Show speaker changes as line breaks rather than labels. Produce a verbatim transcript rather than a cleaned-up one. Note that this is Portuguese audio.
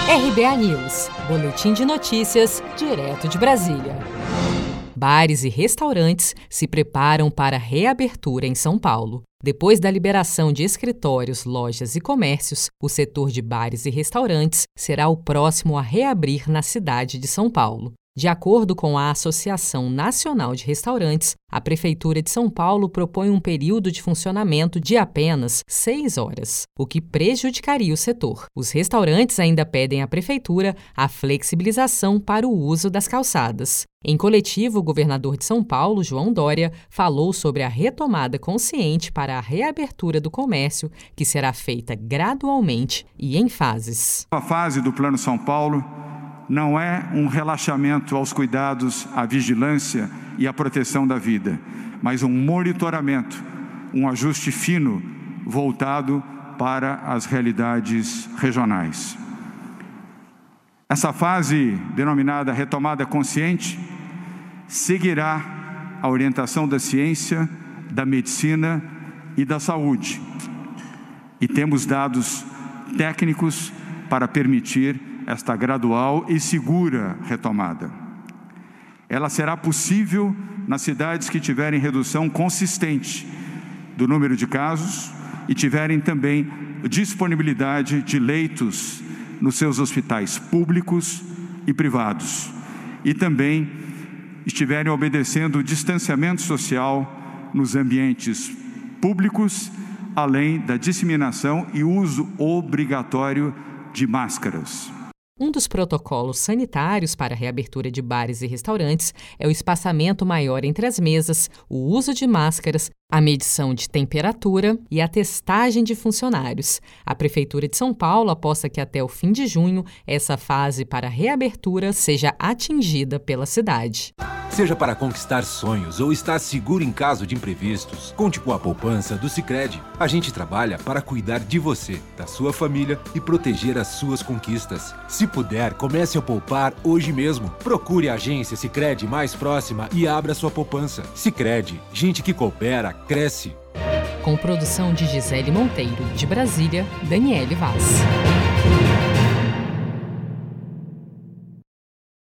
R B A News, boletim de notícias, direto de Brasília. Bares e restaurantes se preparam para a reabertura em São Paulo. Depois da liberação de escritórios, lojas e comércios, o setor de bares e restaurantes será o próximo a reabrir na cidade de São Paulo. De acordo com a Associação Nacional de Restaurantes, a Prefeitura de São Paulo propõe um período de funcionamento de apenas seis horas, o que prejudicaria o setor. Os restaurantes ainda pedem à Prefeitura a flexibilização para o uso das calçadas. Em coletivo, o governador de São Paulo, João Dória, falou sobre a retomada consciente para a reabertura do comércio, que será feita gradualmente e em fases.
A fase do Plano São Paulo não é um relaxamento aos cuidados, à vigilância e à proteção da vida, mas um monitoramento, um ajuste fino voltado para as realidades regionais. Essa fase, denominada retomada consciente, seguirá a orientação da ciência, da medicina e da saúde. E temos dados técnicos para permitir esta gradual e segura retomada. Ela será possível nas cidades que tiverem redução consistente do número de casos e tiverem também disponibilidade de leitos nos seus hospitais públicos e privados, e também estiverem obedecendo o distanciamento social nos ambientes públicos, além da disseminação e uso obrigatório de máscaras.
Um dos protocolos sanitários para a reabertura de bares e restaurantes é o espaçamento maior entre as mesas, o uso de máscaras, a medição de temperatura e a testagem de funcionários. A Prefeitura de São Paulo aposta que até o fim de junho essa fase para a reabertura seja atingida pela cidade.
Seja para conquistar sonhos ou estar seguro em caso de imprevistos, conte com a poupança do Sicredi. A gente trabalha para cuidar de você, da sua família e proteger as suas conquistas. Se puder, comece a poupar hoje mesmo. Procure a agência Sicredi mais próxima e abra sua poupança. Sicredi, gente que coopera, cresce.
Com produção de Gisele Monteiro, de Brasília, Daniele Vaz.